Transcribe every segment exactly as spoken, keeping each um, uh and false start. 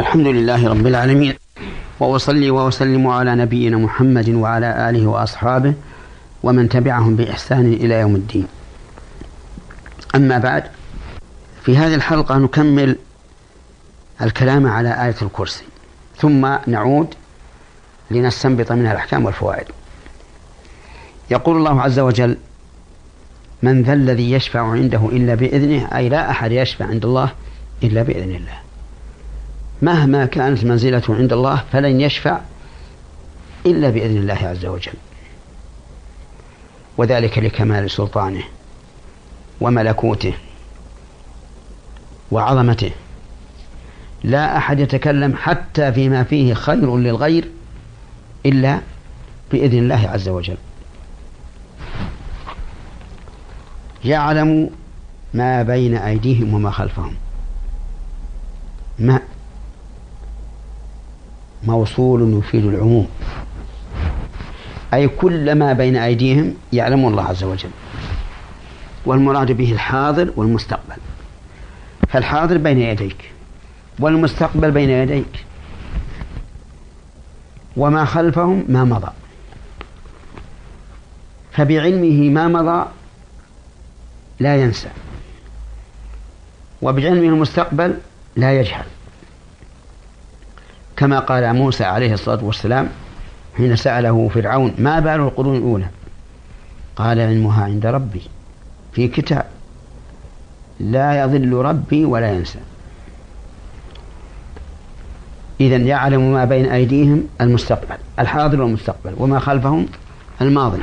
الحمد لله رب العالمين، وأصلي وأسلم على نبينا محمد وعلى آله وأصحابه ومن تبعهم بإحسان إلى يوم الدين. أما بعد، في هذه الحلقة نكمل الكلام على آية الكرسي، ثم نعود لنستنبط منها الأحكام والفوائد. يقول الله عز وجل: من ذا الذي يشفع عنده إلا بإذنه، أي لا أحد يشفع عند الله إلا بإذن الله. مهما كانت منزلته عند الله فلن يشفع إلا بإذن الله عز وجل، وذلك لكمال سلطانه وملكوته وعظمته. لا أحد يتكلم حتى فيما فيه خير للغير إلا بإذن الله عز وجل. يعلم ما بين أيديهم وما خلفهم. ما موصول يفيد العموم، أي كل ما بين أيديهم يعلم الله عز وجل، والمراد به الحاضر والمستقبل. فالحاضر بين يديك والمستقبل بين يديك، وما خلفهم ما مضى. فبعلمه ما مضى لا ينسى، وبعلمه المستقبل لا يجهل، كما قال موسى عليه الصلاة والسلام حين سأله فرعون: ما بال القرون الأولى؟ قال: علمها عند ربي في كتاب لا يضل ربي ولا ينسى. إذن يعلم ما بين أيديهم المستقبل الحاضر والمستقبل، وما خلفهم الماضي.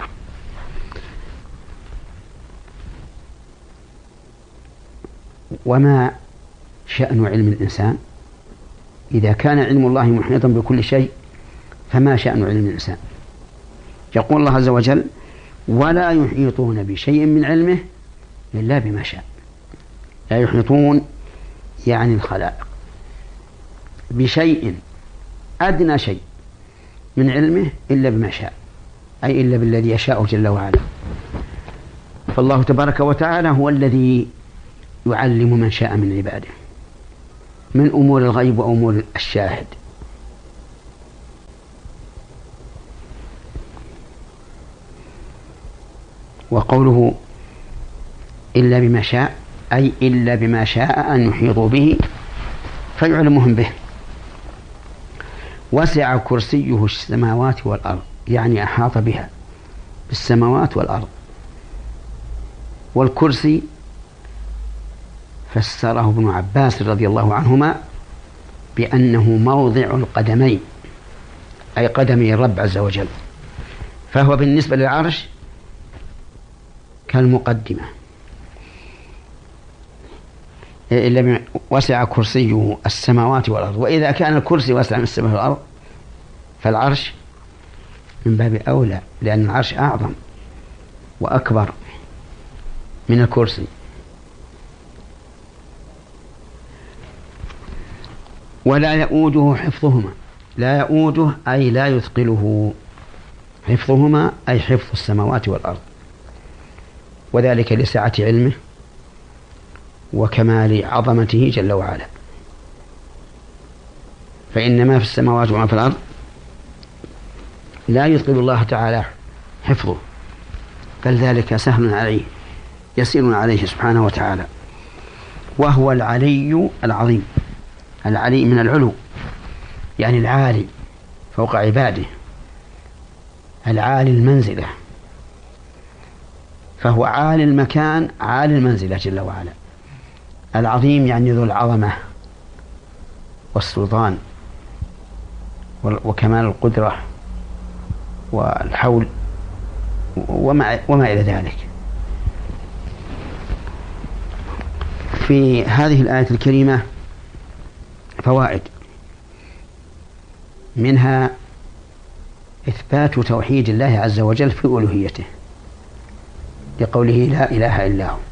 وما شأن علم الإنسان؟ إذا كان علم الله محيطا بكل شيء فما شأن علم الإنسان؟ يقول الله عز وجل: ولا يحيطون بشيء من علمه إلا بما شاء. لا يحيطون يعني الخلائق بشيء أدنى شيء من علمه إلا بما شاء، أي إلا بالذي يشاء جل وعلا. فالله تبارك وتعالى هو الذي يعلم من شاء من عباده من أمور الغيب وأمور الشاهد. وقوله إلا بما شاء أي إلا بما شاء أن يحيطوا به فيعلمهم به. وسع كرسيه السماوات والأرض، يعني أحاط بها بالسماوات والأرض. والكرسي فسره ابن عباس رضي الله عنهما بأنه موضع القدمين، أي قدمي الرب عز وجل، فهو بالنسبة للعرش كالمقدمة. إلا وسع كرسيه السماوات والأرض. وإذا كان الكرسي وسع من السماء والأرض فالعرش من باب أولى، لأن العرش أعظم وأكبر من الكرسي. ولا يؤوده حفظهما. لا يؤوده أي لا يثقله حفظهما، أي حفظ السماوات والأرض، وذلك لسعة علمه وكمال عظمته جل وعلا. فإن ما في السماوات وما في الأرض لا يثقل الله تعالى حفظه، بل ذلك سهل عليه يسير عليه سبحانه وتعالى. وهو العلي العظيم. العلي من العلو، يعني العالي فوق عباده، العالي المنزلة، فهو عالي المكان عالي المنزلة جل وعلا. العظيم يعني ذو العظمة والسلطان وكمال القدرة والحول وما, وما إلى ذلك. في هذه الآية الكريمة فوائد، منها إثبات توحيد الله عز وجل في ألوهيته لقوله لا إله إلا هو.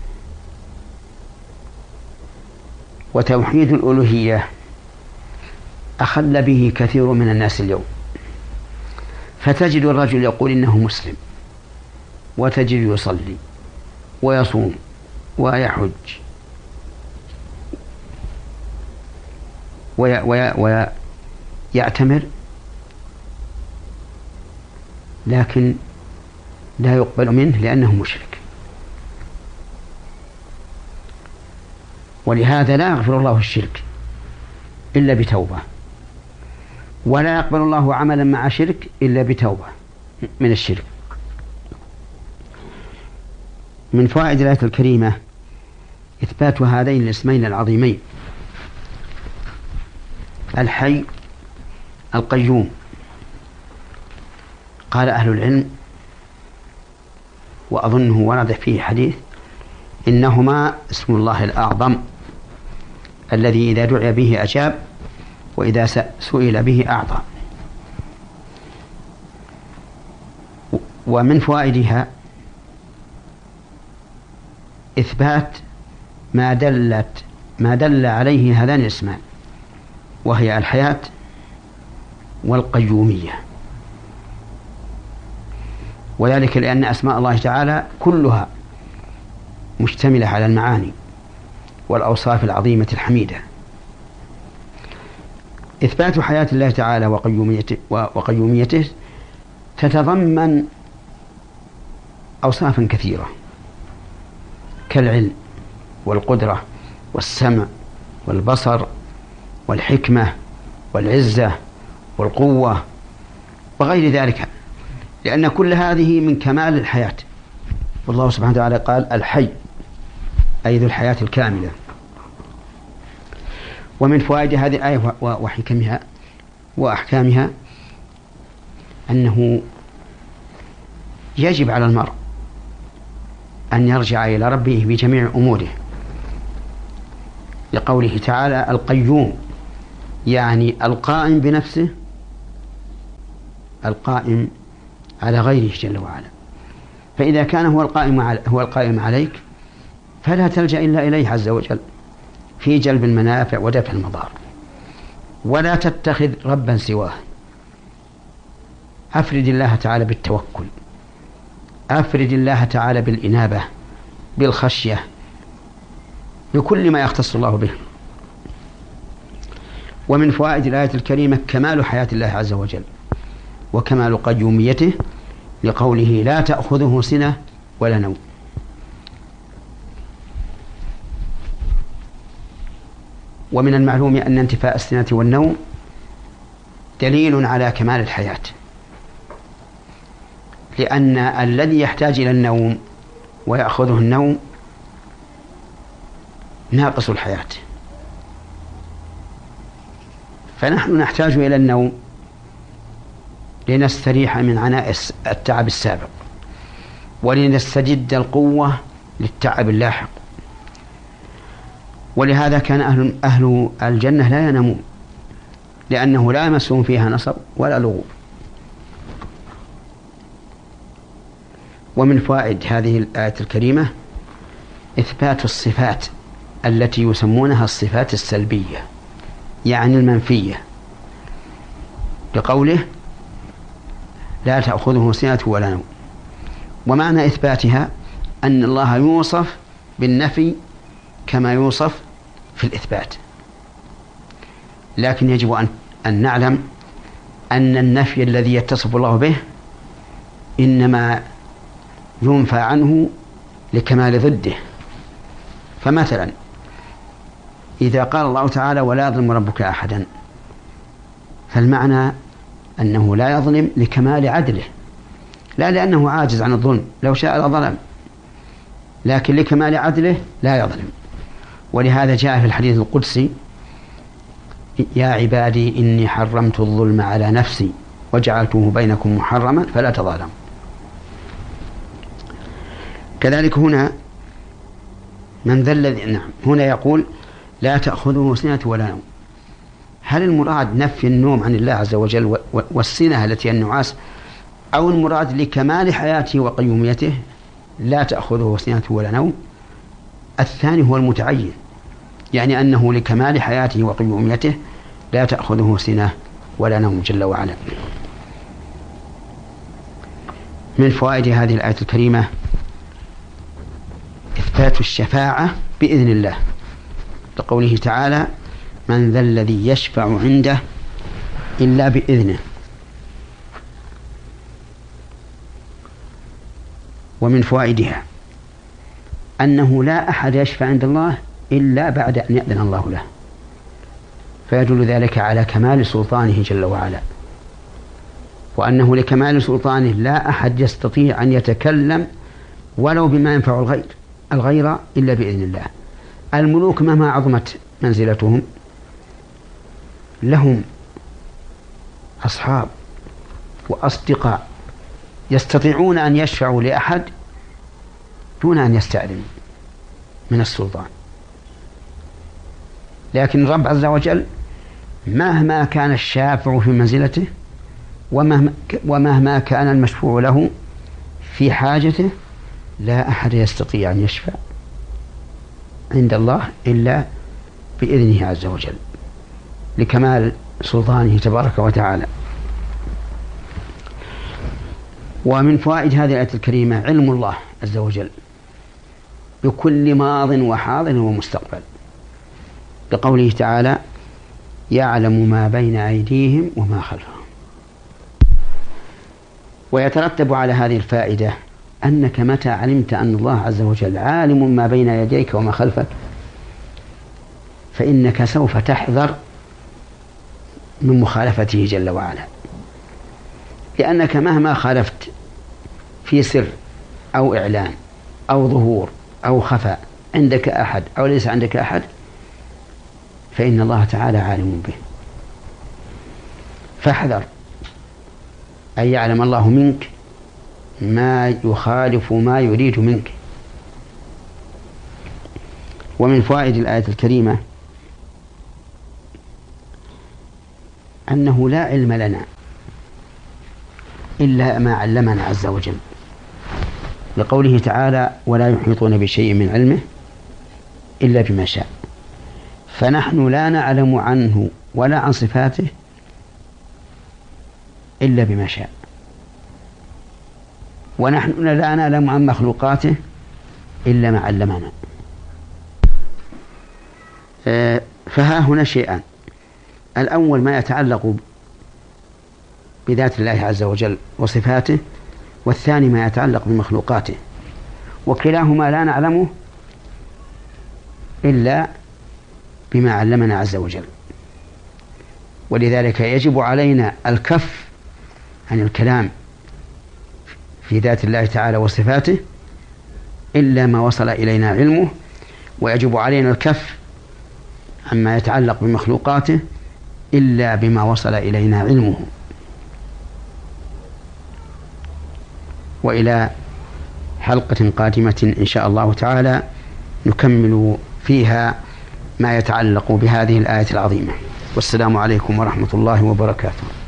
وتوحيد الألوهية أخل به كثير من الناس اليوم، فتجد الرجل يقول إنه مسلم، وتجد يصلي ويصوم ويحج ويعتمر لكن لا يقبل منه لأنه مشرك، ولهذا لا يغفر الله الشرك إلا بتوبة، ولا يقبل الله عملا مع شرك إلا بتوبة من الشرك. من فوائد الآية الكريمة إثبات هذين الاسمين العظيمين الحي القيوم. قال أهل العلم وأظنه ورد فيه حديث إنهما اسم الله الأعظم الذي إذا دعي به أجاب وإذا سئل به أعطى. ومن فوائدها إثبات ما دلت ما دل عليه هذان الاسمان، وهي الحياة والقيومية، وذلك لأن أسماء الله تعالى كلها مشتملة على المعاني والأوصاف العظيمة الحميدة. إثبات حياة الله تعالى وقيوميته, وقيوميته تتضمن أوصافا كثيرة كالعلم والقدرة والسمع والبصر والحكمة والعزة والقوة وغير ذلك، لأن كل هذه من كمال الحياة. والله سبحانه وتعالى قال الحي أي ذو الحياة الكاملة. ومن فوائد هذه الآية وحكمها وأحكامها أنه يجب على المرء أن يرجع إلى ربه بجميع أموره، لقوله تعالى القيوم، يعني القائم بنفسه، القائم على غيره جل وعلا. فإذا كان هو القائم هو القائم عليك فلا تلجأ إلا إليه عز وجل في جلب المنافع ودفع المضار، ولا تتخذ ربا سواه. أفرد الله تعالى بالتوكل، أفرد الله تعالى بالإنابة بالخشية بكل ما يختص الله به. ومن فوائد الآية الكريمة كمال حياة الله عز وجل وكمال قيوميته، لقوله لا تأخذه سنة ولا نوم. ومن المعلوم أن انتفاء السنة والنوم دليل على كمال الحياة، لأن الذي يحتاج إلى النوم ويأخذه النوم ناقص الحياة، فنحن نحتاج إلى النوم لنستريح من عناء التعب السابق ولنستجد القوة للتعب اللاحق. ولهذا كان أهل, أهل الجنة لا ينامون، لأنه لا يمسهم فيها نصب ولا لغوب. ومن فوائد هذه الآية الكريمة إثبات الصفات التي يسمونها الصفات السلبية، يعني المنفية، بقوله لا تأخذه سنة ولا نوم. ومعنى إثباتها أن الله يوصف بالنفي كما يوصف في الإثبات، لكن يجب أن, أن نعلم أن النفي الذي يتصف الله به إنما ينفى عنه لكمال ضده. فمثلا إذا قال الله تعالى ولا يظلم ربك أحدا، فالمعنى أنه لا يظلم لكمال عدله، لا لأنه عاجز عن الظلم، لو شاء لظلم، لكن لكمال عدله لا يظلم. ولهذا جاء في الحديث القدسي يا عبادي إني حرمت الظلم على نفسي وجعلته بينكم محرما فلا تظالموا. كذلك هنا من ذا الذي نعم هنا يقول لا تأخذه سنة ولا نوم. هل المراد نفي النوم عن الله عز وجل والسنة التي النعاس، أو المراد لكمال حياته وقيوميته لا تأخذه سنة ولا نوم؟ الثاني هو المتعين، يعني أنه لكمال حياته وقيوميته لا تأخذه سنة ولا نوم جل وعلا. من فوائد هذه الآية الكريمة إثبات الشفاعة بإذن الله، لقوله تعالى من ذا الذي يشفع عنده إلا بإذنه. ومن فوائدها أنه لا أحد يشفع عند الله إلا بعد أن يأذن الله له، فيدل ذلك على كمال سلطانه جل وعلا، وأنه لكمال سلطانه لا أحد يستطيع أن يتكلم ولو بما ينفع الغير الغير إلا بإذن الله. الملوك مهما عظمت منزلتهم لهم أصحاب وأصدقاء يستطيعون أن يشفعوا لأحد دون أن يستأذنوا من السلطان، لكن الرب عز وجل مهما كان الشافع في منزلته ومهما كان المشفوع له في حاجته لا أحد يستطيع أن يشفع عند الله إلا بإذنه عز وجل لكمال سلطانه تبارك وتعالى. ومن فوائد هذه الآية الكريمة علم الله عز وجل بكل ماض وحاضر ومستقبل، بقوله تعالى يعلم ما بين أيديهم وما خلفهم. ويترتب على هذه الفائدة أنك متى علمت أن الله عز وجل عالم ما بين يديك وما خلفك فإنك سوف تحذر من مخالفته جل وعلا، لأنك مهما خالفت في سر أو إعلان أو ظهور أو خفاء عندك أحد أو ليس عندك أحد فإن الله تعالى عالم به، فاحذر أن يعلم الله منك ما يخالف ما يريد منك. ومن فوائد الآية الكريمة أنه لا علم لنا إلا ما علمنا عز وجل، لقوله تعالى ولا يحيطون بشيء من علمه إلا بما شاء، فنحن لا نعلم عنه ولا عن صفاته إلا بما شاء، ونحن لا نعلم عن مخلوقاته إلا ما علمنا. فها هنا شيئان: الأول ما يتعلق بذات الله عز وجل وصفاته، والثاني ما يتعلق بمخلوقاته، وكلاهما لا نعلمه إلا بما علمنا عز وجل. ولذلك يجب علينا الكف عن الكلام في ذات الله تعالى وصفاته إلا ما وصل إلينا علمه، ويجب علينا الكف عما يتعلق بمخلوقاته إلا بما وصل إلينا علمه. وإلى حلقة قادمة إن شاء الله تعالى نكمل فيها ما يتعلق بهذه الآية العظيمة. والسلام عليكم ورحمة الله وبركاته.